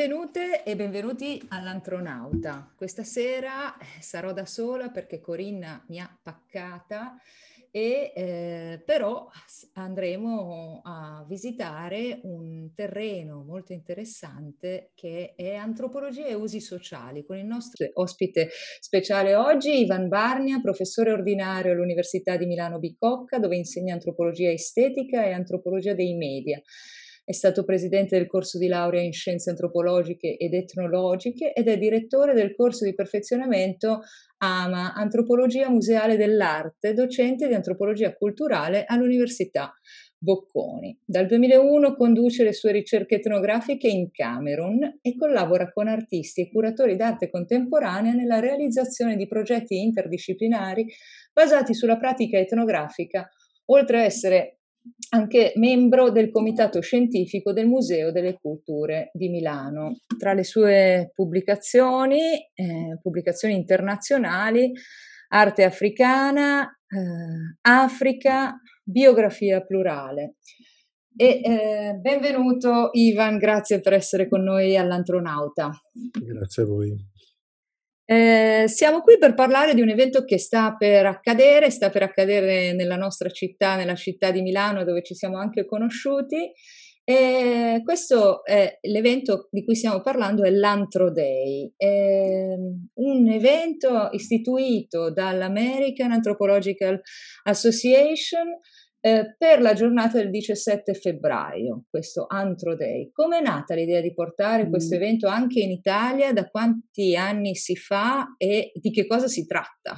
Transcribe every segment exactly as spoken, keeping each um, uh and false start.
Benvenute e benvenuti all'Antronauta. Questa sera eh, sarò da sola perché Corinna mi ha paccata e eh, però s- andremo a visitare un terreno molto interessante che è antropologia e usi sociali con il nostro ospite speciale oggi, Ivan Barnia, professore ordinario all'Università di Milano Bicocca, dove insegna antropologia estetica e antropologia dei media. È stato presidente del corso di laurea in scienze antropologiche ed etnologiche ed è direttore del corso di perfezionamento A M A, Antropologia Museale dell'Arte, docente di antropologia culturale all'Università Bocconi. Dal duemilauno conduce le sue ricerche etnografiche in Camerun e collabora con artisti e curatori d'arte contemporanea nella realizzazione di progetti interdisciplinari basati sulla pratica etnografica, oltre a essere anche membro del comitato scientifico del Museo delle Culture di Milano. Tra le sue pubblicazioni, eh, pubblicazioni internazionali, arte africana, eh, Africa, biografia plurale. E eh, benvenuto Ivan, grazie per essere con noi all'Antronauta. Grazie a voi. Eh, siamo qui per parlare di un evento che sta per accadere, sta per accadere nella nostra città, nella città di Milano, dove ci siamo anche conosciuti. E questo è l'evento di cui stiamo parlando, è l'Antro Day, è un evento istituito dall'American Anthropological Association eh, per la giornata del diciassette febbraio, questo Antro Day. Come è nata l'idea di portare questo evento anche in Italia? Da quanti anni si fa e di che cosa si tratta?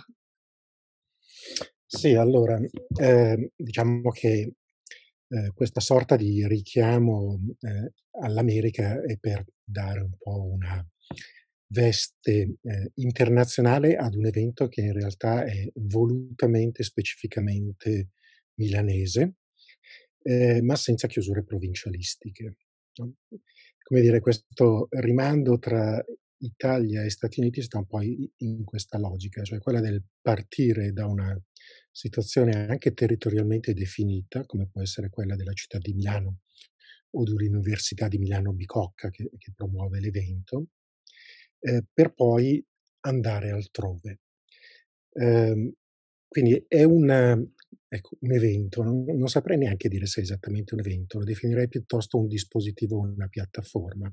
Sì, allora, ehm, diciamo che, ehm, questa sorta di richiamo, ehm, all'America è per dare un po' una veste, ehm, internazionale ad un evento che in realtà è volutamente, specificamente milanese, ehm, ma senza chiusure provincialistiche, no, come dire, questo rimando tra Italia e Stati Uniti sta un po' i in questa logica, cioè quella del partire da una situazione anche territorialmente definita, come può essere quella della città di Milano o dell'Università di Milano Bicocca che che promuove l'evento, ehm, per poi andare altrove. Ehm, quindi è un ecco, un evento, non non saprei neanche dire se è esattamente un evento, lo definirei piuttosto un dispositivo, una piattaforma.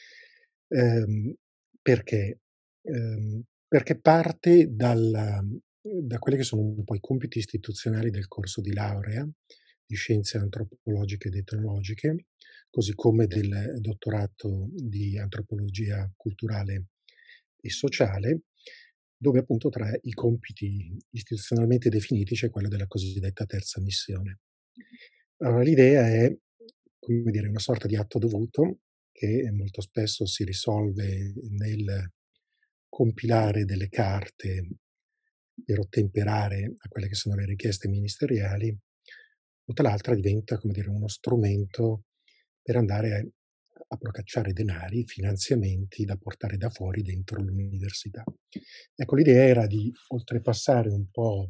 Ehm, perché? Ehm, perché parte dalla da quelli che sono un po' i compiti istituzionali del corso di laurea di scienze antropologiche ed etnologiche, così come del dottorato di antropologia culturale e sociale, dove appunto tra i compiti istituzionalmente definiti c'è quello della cosiddetta terza missione. Allora l'idea è, come dire, una sorta di atto dovuto che molto spesso si risolve nel compilare delle carte per ottemperare a quelle che sono le richieste ministeriali, o tra l'altra diventa, come dire, uno strumento per andare a a procacciare denari, finanziamenti da portare da fuori dentro l'università. Ecco, l'idea era di oltrepassare un po'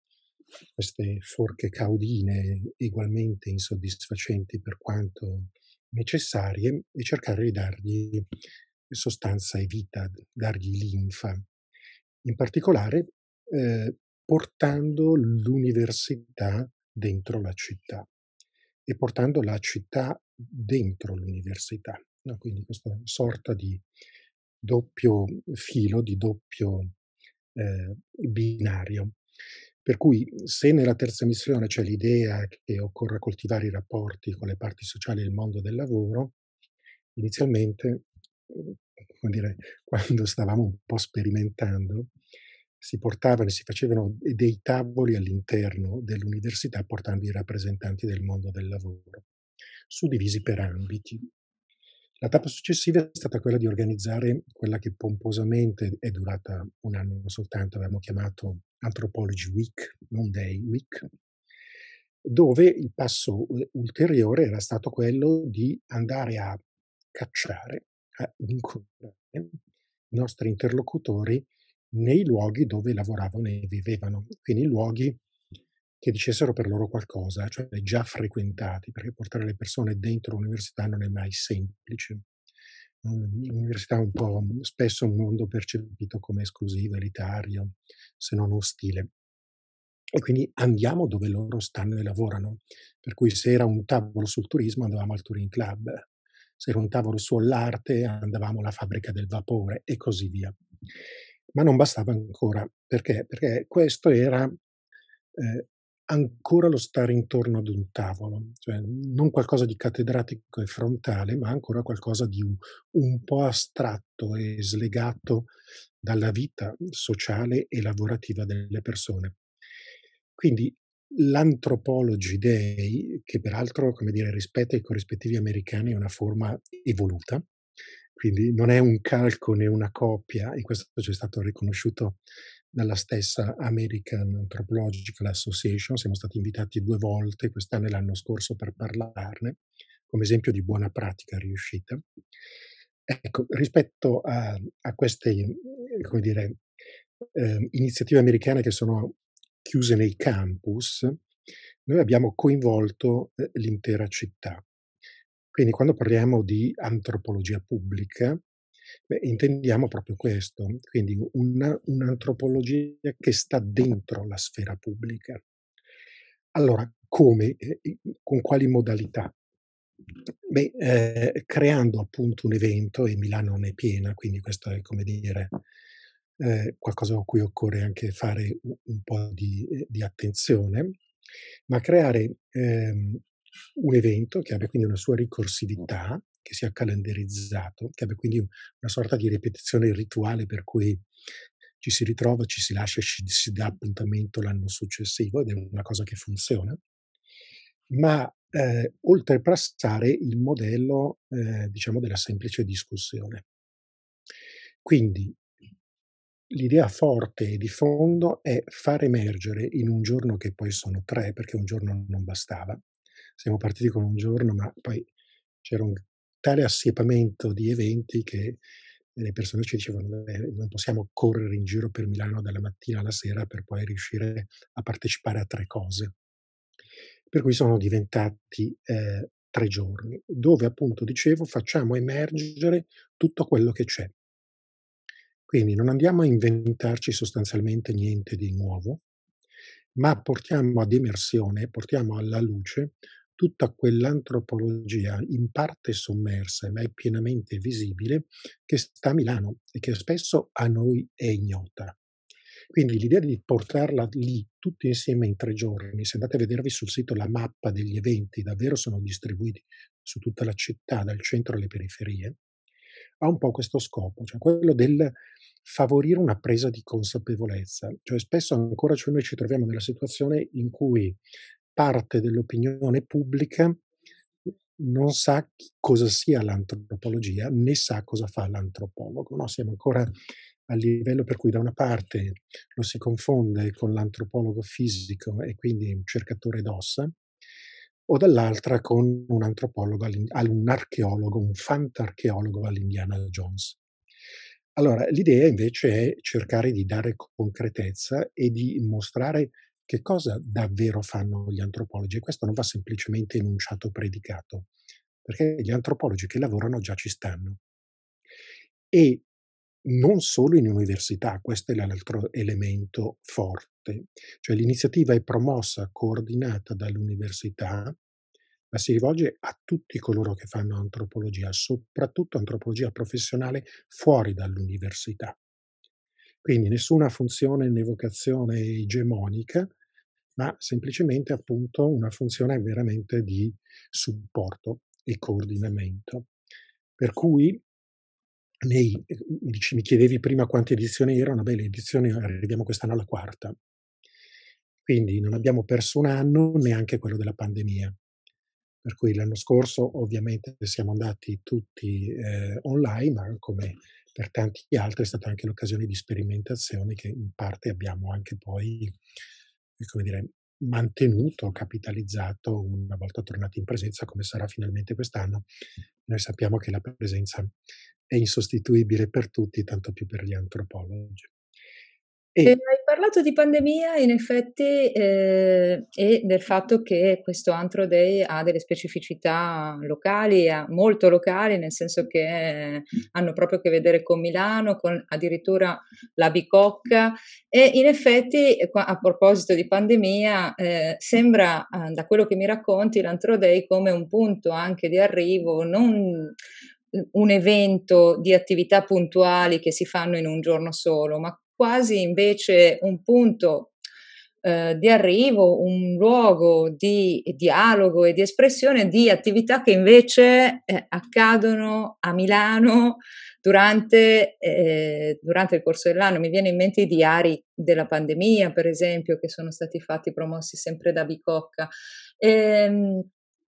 queste forche caudine egualmente insoddisfacenti per quanto necessarie e cercare di dargli sostanza e vita, dargli linfa. In particolare, ehm, portando l'università dentro la città e portando la città dentro l'università, no, quindi questa sorta di doppio filo, di doppio, ehm, binario. Per cui se nella terza missione c'è l'idea che occorra coltivare i rapporti con le parti sociali del mondo del lavoro, inizialmente, mhmm, come dire, quando stavamo un po' sperimentando, si portavano e si facevano de dei tavoli all'interno dell'università portando i rappresentanti del mondo del lavoro, suddivisi per ambiti. La tappa successiva è stata quella di organizzare quella che pomposamente è durata un anno soltanto, avevamo chiamato Anthropology Week, non Day, Week, dove il passo u ulteriore era stato quello di andare a cacciare, a incontrare i nostri interlocutori nei luoghi dove lavoravano e vivevano, quindi luoghi che dicessero per loro qualcosa, cioè già frequentati, perché portare le persone dentro l'università non è mai semplice. Mhmm, l'università è un po' spesso un mondo percepito come esclusivo, elitario, se non ostile. E quindi andiamo dove loro stanno e lavorano. Per cui se era un tavolo sul turismo andavamo al Touring Club, se era un tavolo sull'arte andavamo alla fabbrica del vapore e così via. Ma non bastava ancora. Perché? Perché questo era, ehm, ancora lo stare intorno ad un tavolo, cioè non qualcosa di cattedratico e frontale, ma ancora qualcosa di un un po' astratto e slegato dalla vita sociale e lavorativa delle persone. Quindi l'Anthropology Day, che peraltro, come dire, rispetto ai corrispettivi americani è una forma evoluta, quindi non è un calco né una copia, e questo ci è stato riconosciuto dalla stessa American Anthropological Association. Siamo stati invitati due volte, quest'anno e l'anno scorso, per parlarne, come esempio di buona pratica riuscita. Ecco, rispetto a a queste, ehm, come dire, ehm, iniziative americane che sono chiuse nei campus, noi abbiamo coinvolto, ehm, l'intera città. Quindi quando parliamo di antropologia pubblica, beh, intendiamo proprio questo, quindi una un'antropologia che sta dentro la sfera pubblica. Allora, come e i con quali modalità? Beh, ehm, creando appunto un evento, e Milano ne è piena, quindi questo è, come dire, ehm, qualcosa a cui occorre anche fare u un po' di ehm, di attenzione, ma creare, ehm, un evento che abbia quindi una sua ricorsività, che sia calendarizzato, che abbia quindi una sorta di ripetizione rituale per cui ci si ritrova, ci si lascia, ci si dà appuntamento l'anno successivo, ed è una cosa che funziona. Ma, ehm, oltrepassare il modello, ehm, diciamo della semplice discussione. Quindi l'idea forte e di fondo è far emergere in un giorno, che poi sono tre, perché un giorno non bastava. Siamo partiti con un giorno, ma poi c'era un tale assiepamento di eventi che le persone ci dicevano: "Beh, non possiamo correre in giro per Milano dalla mattina alla sera per poi riuscire a partecipare a tre cose." Per cui sono diventati, ehm, tre giorni, dove appunto dicevo facciamo emergere tutto quello che c'è. Quindi non andiamo a inventarci sostanzialmente niente di nuovo, ma portiamo ad emersione, portiamo alla luce tutta quell'antropologia in parte sommersa, ma è pienamente visibile, che sta a Milano e che spesso a noi è ignota. Quindi l'idea di portarla lì tutti insieme in tre giorni, se andate a vedervi sul sito la mappa degli eventi, davvero sono distribuiti su tutta la città, dal centro alle periferie, ha un po' questo scopo, cioè quello del favorire una presa di consapevolezza. Cioè spesso ancora, cioè noi ci troviamo nella situazione in cui parte dell'opinione pubblica non sa chi cosa sia l'antropologia, né sa cosa fa l'antropologo, no, siamo ancora al livello per cui da una parte lo si confonde con l'antropologo fisico e quindi un cercatore d'ossa, o dall'altra con un antropologo all'in al un archeologo, un fantarcheologo all'Indiana Jones. Allora, l'idea invece è cercare di dare concretezza e di mostrare che cosa davvero fanno gli antropologi, e questo non va semplicemente enunciato o predicato, perché gli antropologi che lavorano già ci stanno. E non solo in università, questo è l'altro elemento forte, cioè l'iniziativa è promossa, coordinata dall'università, ma si rivolge a tutti coloro che fanno antropologia, soprattutto antropologia professionale fuori dall'università. Quindi nessuna funzione né vocazione egemonica, ma semplicemente appunto una funzione veramente di supporto e coordinamento. Per cui nei ehm, mi dici mi chiedevi prima quante edizioni erano, beh, le edizioni arriviamo quest'anno alla quarta. Quindi non abbiamo perso un anno, neanche quello della pandemia. Per cui l'anno scorso ovviamente siamo andati tutti, ehm, online, ma come per tanti altri è stata anche l'occasione di sperimentazioni che in parte abbiamo anche poi, ehm, come dire, mantenuto, capitalizzato una volta tornati in presenza, come sarà finalmente quest'anno. Noi sappiamo che la presenza è insostituibile per tutti, tanto più per gli antropologi. E E hai parlato di pandemia in effetti, ehm, e del fatto che questo Antro Day ha delle specificità locali, ha molto locali, nel senso che hanno proprio a che vedere con Milano, con addirittura la bicocca e in effetti, e qua a proposito di pandemia, ehm, sembra, uhm, da quello che mi racconti, l'Antro Day come un punto anche di arrivo, non u un evento di attività puntuali che si fanno in un giorno solo, ma quasi invece un punto, uhm, di arrivo, un luogo di dialogo e di espressione di attività che invece, ehm, accadono a Milano durante ehm, durante il corso dell'anno. Mi viene in mente i diari della pandemia, per esempio, che sono stati fatti promossi sempre da Bicocca. Ehm,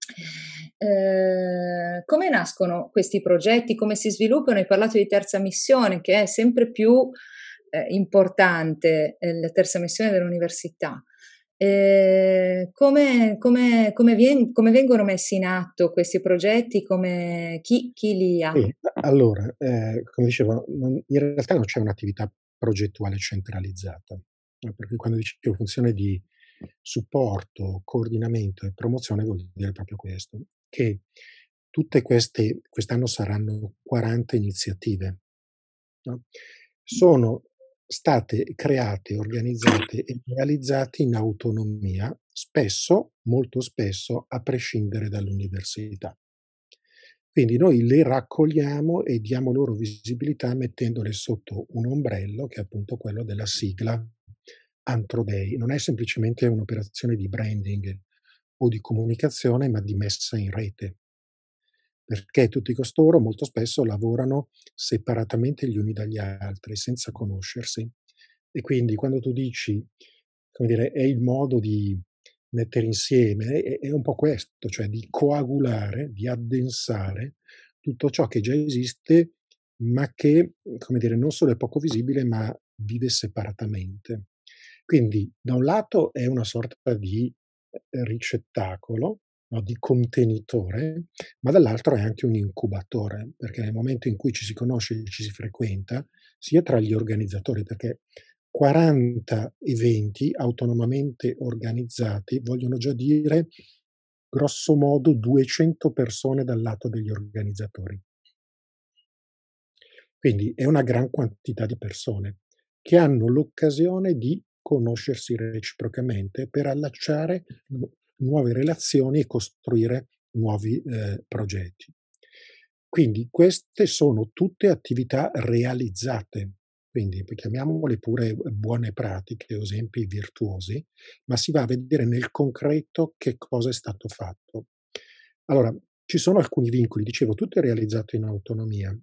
ehm, come nascono questi progetti? Come si sviluppano? Hai parlato di terza missione, che è sempre più, ehm, importante, ehm, la terza missione dell'università. Ehm, come come come vien come vengono messi in atto questi progetti? Come chi chi li Sì, ha a allora, ehm, come dicevo, non in realtà non c'è un'attività progettuale centralizzata, no, perché quando dicevo funzione di supporto, coordinamento e promozione vuol dire proprio questo, che tutte queste quest'anno saranno quaranta iniziative, no, sono state create, organizzate e realizzate in autonomia, spesso, molto spesso, a prescindere dall'università. Quindi noi le raccogliamo e diamo loro visibilità mettendole sotto un ombrello che è appunto quello della sigla Antro Day. Non è semplicemente un'operazione di branding o di comunicazione, ma di messa in rete. Perché tutti costoro molto spesso lavorano separatamente gli uni dagli altri, senza conoscersi. E quindi quando tu dici, come dire, è il modo di mettere insieme, è è un po' questo, cioè di coagulare, di addensare tutto ciò che già esiste, ma che, come dire, non solo è poco visibile, ma vive separatamente. Quindi da un lato è una sorta di, ehm, ricettacolo, no, di contenitore, ma dall'altro è anche un incubatore, perché nel momento in cui ci si conosce e ci si frequenta, sia tra gli organizzatori, perché quaranta eventi autonomamente organizzati vogliono già dire grosso modo duecento persone dal lato degli organizzatori. Quindi è una gran quantità di persone che hanno l'occasione di conoscersi reciprocamente per allacciare nu nuove relazioni e costruire nuovi, ehm, progetti. Quindi queste sono tutte attività realizzate, quindi poi chiamiamole pure buone pratiche o esempi virtuosi, ma si va a vedere nel concreto che cosa è stato fatto. Allora, ci sono alcuni vincoli, dicevo tutto è realizzato in autonomia.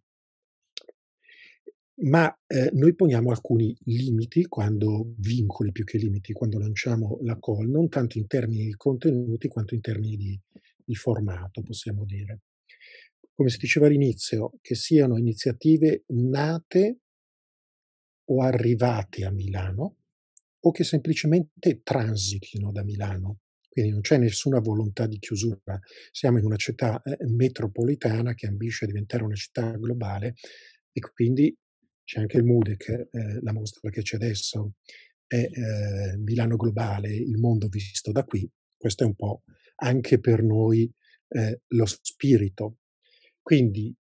Ma, ehm, noi poniamo alcuni limiti quando vincoli più che limiti, quando lanciamo la call, non tanto in termini di contenuti quanto in termini di di formato, possiamo dire. Come si diceva all'inizio, che siano iniziative nate o arrivate a Milano, o che semplicemente transitino da Milano. Quindi non c'è nessuna volontà di chiusura. Siamo in una città, ehm, metropolitana che ambisce a diventare una città globale e quindi c'è anche il MUDEC, ehm, la mostra che c'è adesso è, ehm, Milano globale, il mondo visto da qui. Questo è un po' anche per noi, ehm, lo spirito. Quindi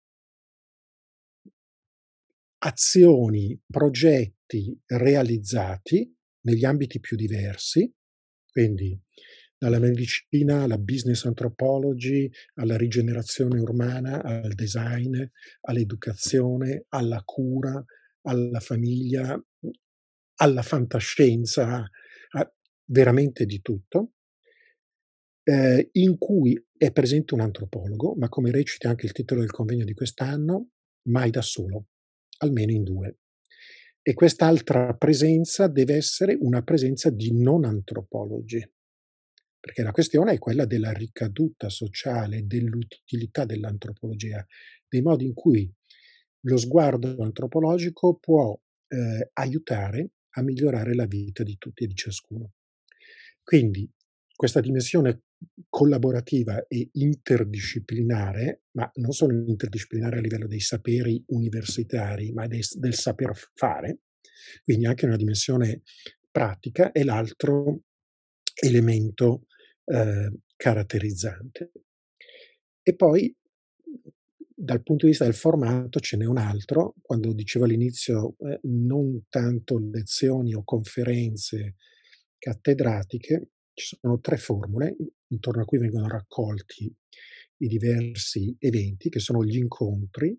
azioni, progetti realizzati negli ambiti più diversi, quindi dalla medicina alla business anthropology, alla rigenerazione urbana, al design, all'educazione, alla cura, alla famiglia, mhmm, alla fantascienza, a veramente di tutto, ehm, in cui è presente un antropologo, ma come recita anche il titolo del convegno di quest'anno, mai da solo, almeno in due. E quest'altra presenza deve essere una presenza di non antropologi, perché la questione è quella della ricaduta sociale, dell'utilità dell'antropologia, dei modi in cui lo sguardo antropologico può, ehm, aiutare a migliorare la vita di tutti e di ciascuno. Quindi questa dimensione collaborativa e interdisciplinare, ma non solo interdisciplinare a livello dei saperi universitari, ma dei s del saper fare, quindi anche una dimensione pratica e l'altro elemento, ehm, caratterizzante. E poi, dal punto di vista del formato ce n'è un altro, quando dicevo all'inizio, ehm, non tanto lezioni o conferenze cattedratiche, ci sono tre formule i intorno a cui vengono raccolti i diversi eventi, che sono gli incontri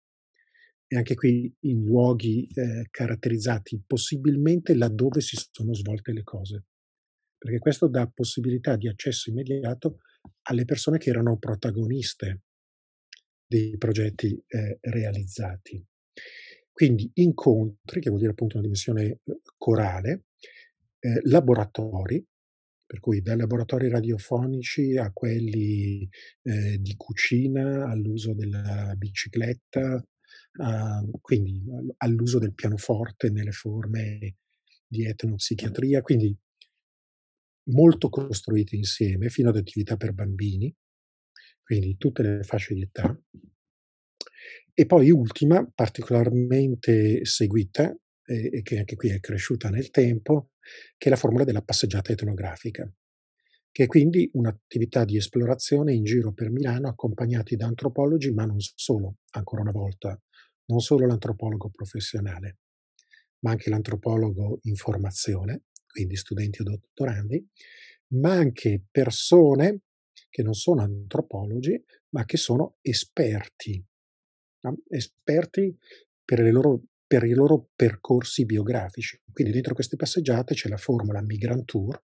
e anche qui in luoghi, ehm, caratterizzati, possibilmente laddove si sono svolte le cose, perché questo dà possibilità di accesso immediato alle persone che erano protagoniste dei progetti, ehm, realizzati. Quindi incontri, che vuol dire appunto una dimensione, uhm, corale, ehm, laboratori, per cui dai laboratori radiofonici a quelli, ehm, di cucina, all'uso della bicicletta, a quindi al all'uso del pianoforte nelle forme di etnopsichiatria, quindi molto costruiti insieme, fino ad attività per bambini, quindi tutte le fasce di età. E poi ultima, particolarmente seguita, e e che anche qui è cresciuta nel tempo, che è la formula della passeggiata etnografica, che è quindi un'attività di esplorazione in giro per Milano accompagnati da antropologi, ma non s solo, ancora una volta, non solo l'antropologo professionale, ma anche l'antropologo in formazione, quindi studenti o dottorandi, ma anche persone che non sono antropologi, ma che sono esperti, no, esperti per le loro per i loro percorsi biografici. Quindi dentro queste passeggiate c'è la formula Migrant Tour,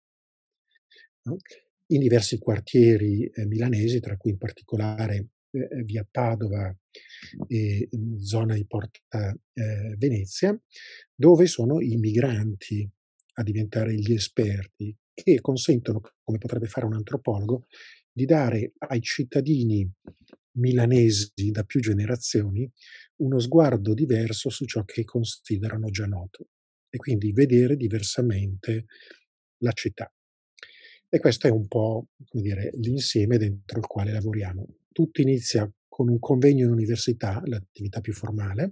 no, in diversi quartieri, ehm, milanesi, tra cui in particolare, ehm, via Padova e, mhmm, zona di Porta, ehm, Venezia, dove sono i migranti a diventare gli esperti, che consentono, come potrebbe fare un antropologo, di dare ai cittadini milanesi da più generazioni uno sguardo diverso su ciò che considerano già noto e quindi vedere diversamente la città. E questo è un po', come dire, l'insieme dentro il quale lavoriamo. Tutto inizia con un convegno in università, l'attività più formale,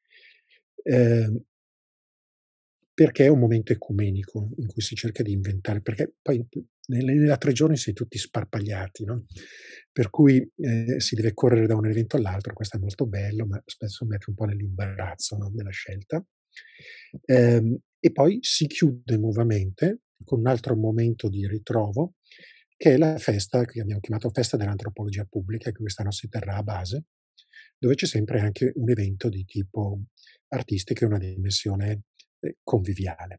ehm perché è un momento ecumenico in cui si cerca di inventare, perché poi p nelle nella tre giorni si è tutti sparpagliati, no, per cui, ehm, si deve correre da un evento all'altro, questo è molto bello, ma spesso mette un po' nell'imbarazzo, no, della scelta. Ehm, e poi si chiude nuovamente con un altro momento di ritrovo, che è la festa che abbiamo chiamato Festa dell'Antropologia Pubblica, che quest'anno si terrà a Base, dove c'è sempre anche un evento di tipo artistico e una dimensione, ehm, conviviale.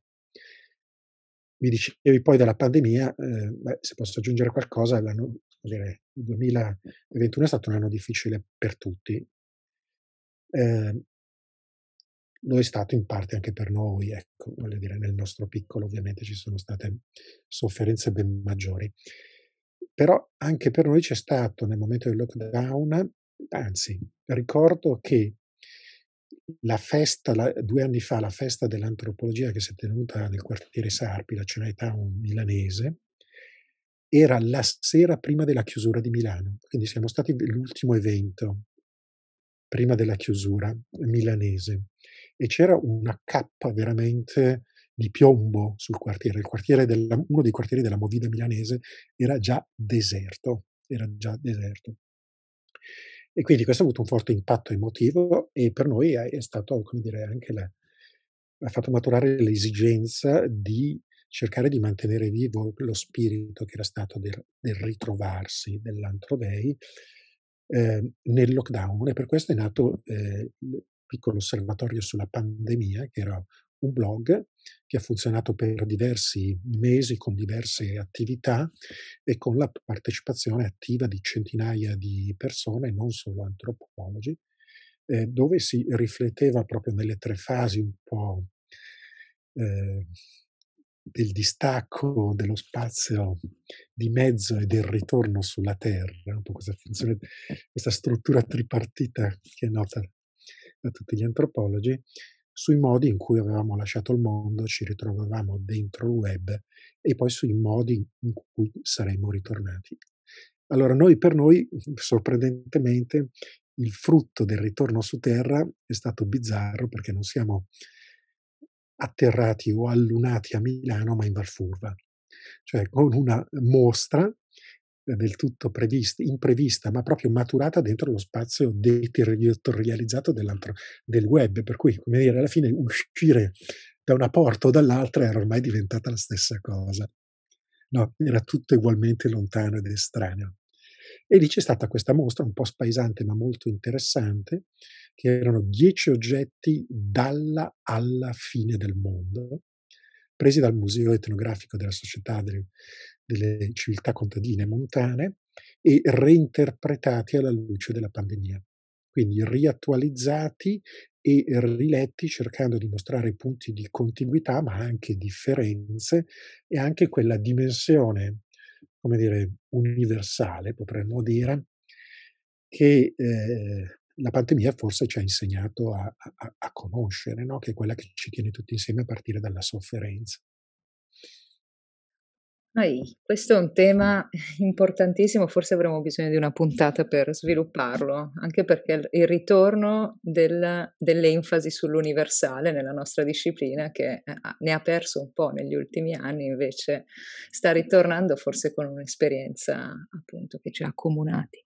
Mi dicevi poi della pandemia, ehm, beh, se posso aggiungere qualcosa, l'anno come dire, il duemilaventuno è stato un anno difficile per tutti. Ehm Lo è stato in parte anche per noi, ecco, voglio dire, nel nostro piccolo ovviamente ci sono state sofferenze ben maggiori. Però anche per noi c'è stato nel momento del lockdown, anzi ricordo che la festa la due anni fa, la festa dell'antropologia che si è tenuta nel quartiere Sarpi, la Chinatown milanese, era la sera prima della chiusura di Milano, quindi siamo stati v l'ultimo evento prima della chiusura milanese e c'era una cappa veramente di piombo sul quartiere. Il quartiere della uno dei quartieri della Movida milanese era già deserto, era già deserto. E quindi questo ha avuto un forte impatto emotivo e per noi è è stato, come dire, anche la ha fatto maturare l'esigenza di cercare di mantenere vivo lo spirito che era stato del del ritrovarsi, dell'Antro Dei, ehm, nel lockdown e per questo è nato, ehm, il piccolo osservatorio sulla pandemia, che era un blog che ha funzionato per diversi mesi con diverse attività e con la partecipazione attiva di centinaia di persone, non solo antropologi, ehm, dove si rifletteva proprio nelle tre fasi un po', ehm, del distacco, dello spazio di mezzo e del ritorno sulla terra, un po' questa funzione questa struttura tripartita che è nota da tutti gli antropologi, sui modi in cui avevamo lasciato il mondo, ci ritrovavamo dentro il web e poi sui modi in cui saremmo ritornati. Allora noi per noi, sorprendentemente, il frutto del ritorno su terra è stato bizzarro perché non siamo atterrati o allunati a Milano, ma in Valfurva, cioè con una mostra eh, del tutto previst imprevista, ma proprio maturata dentro lo spazio deterritorializzato dell'altro del web, per cui, come dire, alla fine uscire da una porta o dall'altra era ormai diventata la stessa cosa. No, era tutto ugualmente lontano ed estraneo. E lì c'è stata questa mostra un po' spaesante, ma molto interessante, che erano dieci oggetti dalla alla fine del mondo, presi dal Museo etnografico della Società delle delle Civiltà Contadine Montane e reinterpretati alla luce della pandemia. Quindi riattualizzati e riletti cercando di mostrare punti di contiguità, ma anche differenze e anche quella dimensione, come dire, universale, potremmo dire, che, ehm, la pandemia forse ci ha insegnato a a a conoscere, no, che è quella che ci tiene tutti insieme a partire dalla sofferenza. Ahi, questo è un tema importantissimo, forse avremo bisogno di una puntata per svilupparlo, anche perché il il ritorno del dell'enfasi sull'universale nella nostra disciplina che, ehm, ha ne ha perso un po' negli ultimi anni, invece sta ritornando forse con un'esperienza appunto che ci ha accomunati.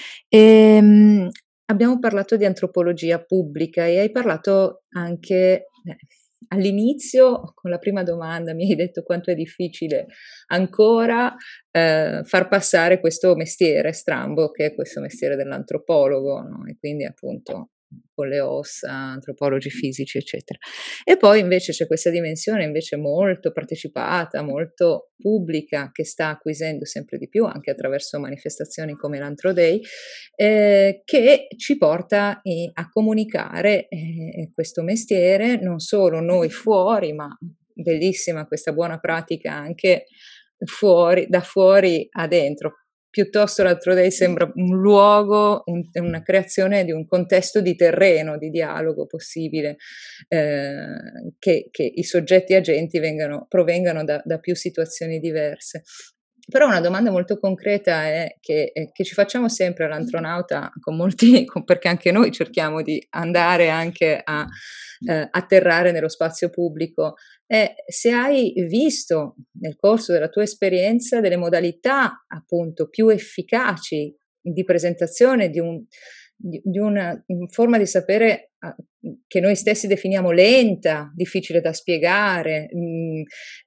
Ehm, abbiamo parlato di antropologia pubblica e hai parlato anche, eh, all'inizio con la prima domanda mi hai detto quanto è difficile ancora, ehm, far passare questo mestiere strambo che è questo mestiere dell'antropologo, no, e quindi appunto con le ossa, antropologi fisici, eccetera. E poi invece c'è questa dimensione invece molto partecipata, molto pubblica, che sta acquisendo sempre di più anche attraverso manifestazioni come l'Antro Day, ehm, che ci porta i a comunicare, ehm, questo mestiere, non solo noi fuori, ma bellissima questa buona pratica anche fuori da fuori a dentro. Piuttosto l'Altro Day sembra un luogo, un una creazione di un contesto di terreno, di dialogo possibile, ehm, che che i soggetti agenti vengano provengano da da più situazioni diverse. Però una domanda molto concreta è che ehm, che ci facciamo sempre all'Antronauta con molti con perché anche noi cerchiamo di andare anche a, ehm, atterrare nello spazio pubblico, è se hai visto nel corso della tua esperienza delle modalità appunto più efficaci di presentazione di un di di una, mhmm, forma di sapere a mhmm, che noi stessi definiamo lenta, difficile da spiegare, mhmm,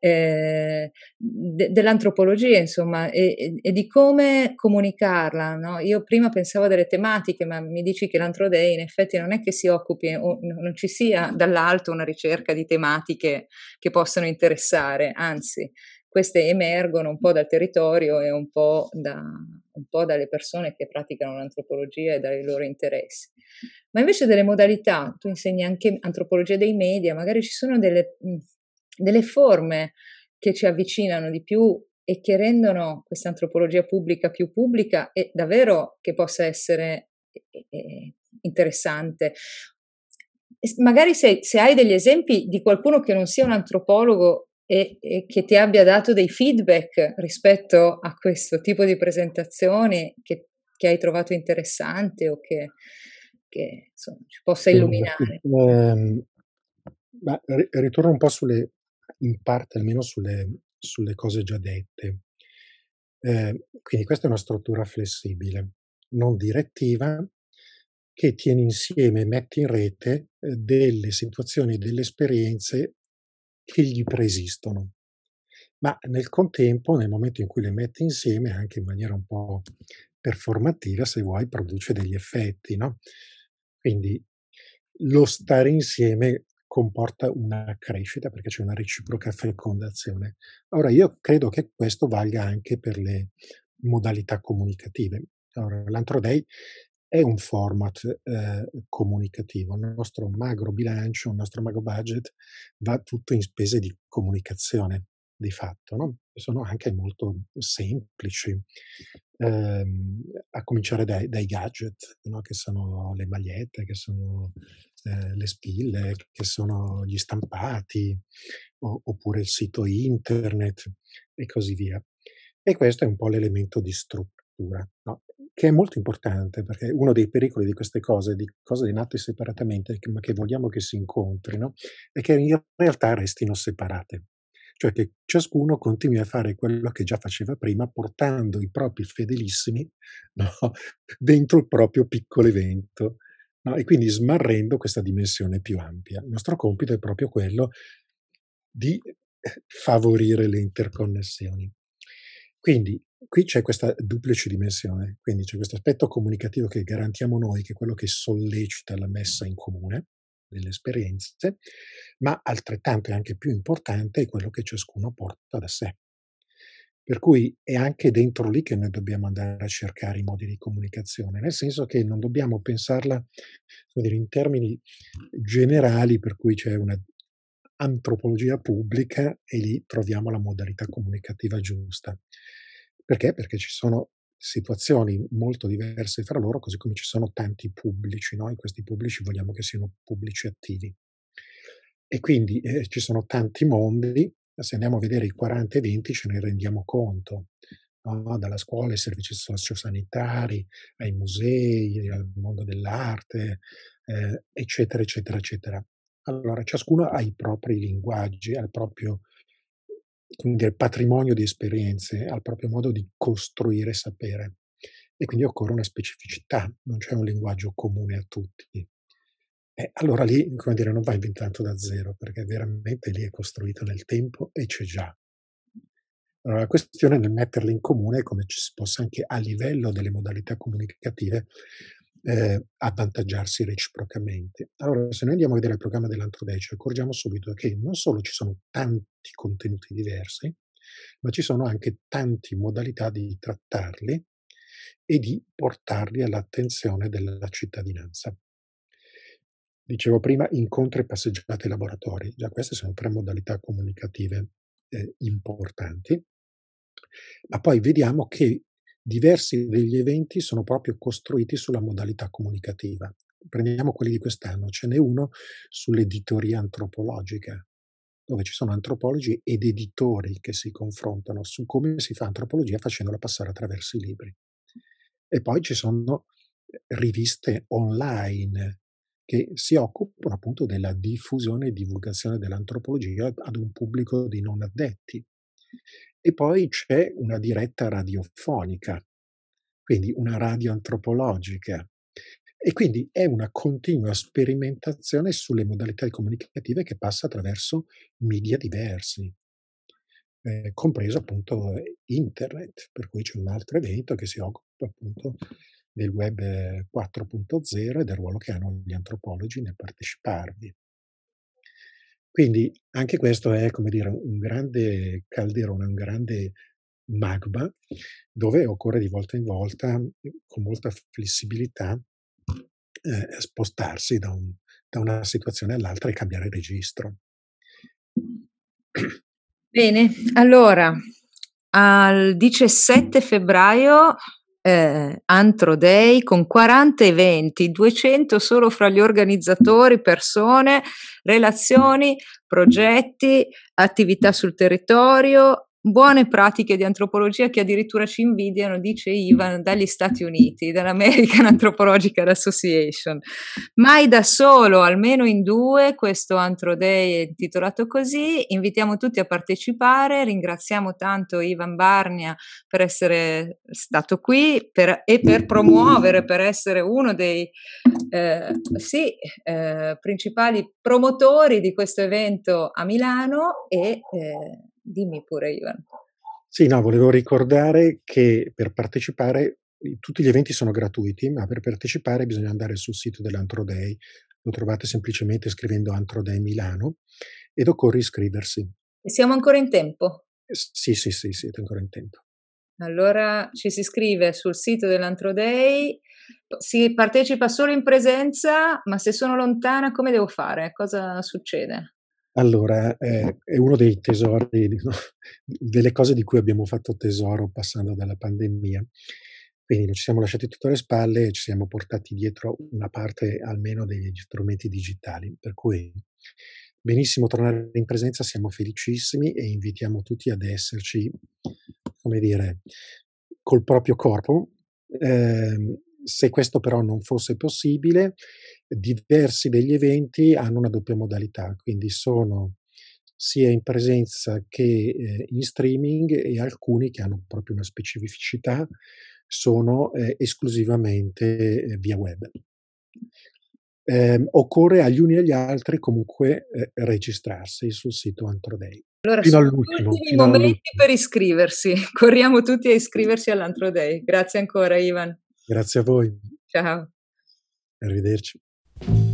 ehm, de dell'antropologia insomma e e e di come comunicarla, no, io prima pensavo a delle tematiche, ma mi dici che l'Antro Day in effetti non è che si occupi o no non ci sia dall'alto una ricerca di tematiche che possano interessare, anzi queste emergono un po' dal territorio e un po' da un po' dalle persone che praticano l'antropologia e dai loro interessi. Ma invece delle modalità, tu insegni anche antropologia dei media, magari ci sono delle mhmm, delle forme che ci avvicinano di più e che rendono questa antropologia pubblica più pubblica e davvero che possa essere, e e interessante. E s magari se se hai degli esempi di qualcuno che non sia un antropologo e e che ti abbia dato dei feedback rispetto a questo tipo di presentazioni che che hai trovato interessante o che che insomma ci possa Allora, sì, illuminare. ehm, ma ri ritorno un po' sulle in parte almeno sulle sulle cose già dette. Ehm, quindi questa è una struttura flessibile, non direttiva, che tiene insieme e mette in rete, ehm, delle situazioni e delle esperienze che gli preesistono. Ma nel contempo, nel momento in cui le metti insieme, anche in maniera un po' performativa, se vuoi, produce degli effetti, no, quindi lo stare insieme comporta una crescita, perché c'è una reciproca fecondazione. Ora io credo che questo valga anche per le modalità comunicative. Allora, l'Antro Day è un format, ehm, comunicativo. Il nostro magro bilancio, il nostro magro budget va tutto in spese di comunicazione di fatto, no, e sono anche molto semplici, ehm, a cominciare dai dai gadget, no, che sono le magliette, che sono, ehm, le spille, che sono gli stampati, o oppure il sito internet e così via. E questo è un po' l'elemento di struttura, no. che è molto importante, perché uno dei pericoli di queste cose, di cose nate separatamente, che ma che vogliamo che si incontrino, è che in realtà restino separate. Cioè che ciascuno continui a fare quello che già faceva prima, portando i propri fedelissimi, no, dentro il proprio piccolo evento, no, e quindi smarrendo questa dimensione più ampia. Il nostro compito è proprio quello di, eh, favorire le interconnessioni. Quindi qui c'è questa duplice dimensione, quindi c'è questo aspetto comunicativo che garantiamo noi, che è quello che sollecita la messa in comune delle esperienze, ma altrettanto e anche più importante è quello che ciascuno porta da sé. Per cui è anche dentro lì che noi dobbiamo andare a cercare i modi di comunicazione, nel senso che non dobbiamo pensarla, come dire, in termini generali per cui c'è una antropologia pubblica e lì troviamo la modalità comunicativa giusta. Perché? Perché ci sono situazioni molto diverse fra loro, così come ci sono tanti pubblici, no, e questi pubblici vogliamo che siano pubblici attivi. E quindi, ehm, ci sono tanti mondi, se andiamo a vedere i quaranta eventi ce ne rendiamo conto, no, dalla scuola ai servizi sociosanitari, ai musei, al mondo dell'arte, ehm, eccetera, eccetera, eccetera. Allora, ciascuno ha i propri linguaggi, ha il proprio, come dire, patrimonio di esperienze, ha il proprio modo di costruire sapere e quindi occorre una specificità, non c'è un linguaggio comune a tutti. Eh, allora lì, come dire, non va inventato da zero, perché veramente lì è costruito nel tempo e c'è già. Allora, la questione nel metterli in comune è come ci si possa anche a livello delle modalità comunicative, ehm, avvantaggiarsi reciprocamente. Allora, se noi andiamo a vedere il programma dell'Antro Dei, ci accorgiamo subito che non solo ci sono tanti contenuti diversi, ma ci sono anche tanti modalità di trattarli e di portarli all'attenzione della cittadinanza. Dicevo prima incontri, passeggiate e laboratori. Già queste sono tre modalità comunicative, ehm, importanti. Ma poi vediamo che diversi degli eventi sono proprio costruiti sulla modalità comunicativa. Prendiamo quelli di quest'anno, ce n'è uno sull'editoria antropologica, dove ci sono antropologi ed editori che si confrontano su come si fa antropologia facendola passare attraverso i libri. E poi ci sono, ehm, riviste online che si occupano appunto della diffusione e divulgazione dell'antropologia ad un pubblico di non addetti. E poi c'è una diretta radiofonica, quindi una radio antropologica. E quindi è una continua sperimentazione sulle modalità comunicative che passa attraverso media diversi, ehm, compreso appunto, ehm, internet, per cui c'è un altro evento che si occupa appunto del web quattro punto zero e del ruolo che hanno gli antropologi nel parteciparvi. Quindi anche questo è, come dire, un grande calderone, un grande magma, dove occorre di volta in volta, mhmm, con molta flessibilità, ehm, spostarsi da un da una situazione all'altra e cambiare registro. Bene, allora al diciassette febbraio, ehm, Antro Day con quaranta eventi, duecento solo fra gli organizzatori, persone, relazioni, progetti, attività sul territorio, buone pratiche di antropologia che addirittura ci invidiano, dice Ivan, dagli Stati Uniti, dall'American Anthropological Association. Mai da solo, almeno in due, questo Antro Day è intitolato così. Invitiamo tutti a partecipare, ringraziamo tanto Ivan Barnia per essere stato qui per, e per promuovere, per essere uno dei eh, sì, eh, principali promotori di questo evento a Milano e eh, dimmi pure Ivan. Sì, no, volevo ricordare che per partecipare i tutti gli eventi sono gratuiti, ma per partecipare bisogna andare sul sito dell'Antro Day. Lo trovate semplicemente scrivendo Antro Day Milano ed occorre iscriversi. E siamo ancora in tempo? Eh, s sì, sì, sì, siete ancora in tempo. Allora ci si iscrive sul sito dell'Antro Day, si partecipa solo in presenza, ma se sono lontana come devo fare? Cosa succede? Allora, ehm, è uno dei tesori di no, delle cose di cui abbiamo fatto tesoro passando dalla pandemia. Quindi non ci siamo lasciati tutto alle spalle e ci siamo portati dietro una parte almeno degli strumenti digitali, per cui benissimo tornare in presenza, siamo felicissimi e invitiamo tutti ad esserci, come dire, col proprio corpo, Ehm, se questo però non fosse possibile, diversi degli eventi hanno una doppia modalità, quindi sono sia in presenza che, ehm, in streaming, e alcuni che hanno proprio una specificità sono, ehm, esclusivamente, ehm, via web. Ehm, occorre agli uni e agli altri comunque, ehm, registrarsi sul sito Anthroday. Allora Fino sono gli all'ultimo, ultimi fino momenti all'ultimo. per iscriversi. Corriamo tutti a iscriversi all'Anthroday. Grazie ancora Ivan. Grazie a voi. Ciao. Arrivederci.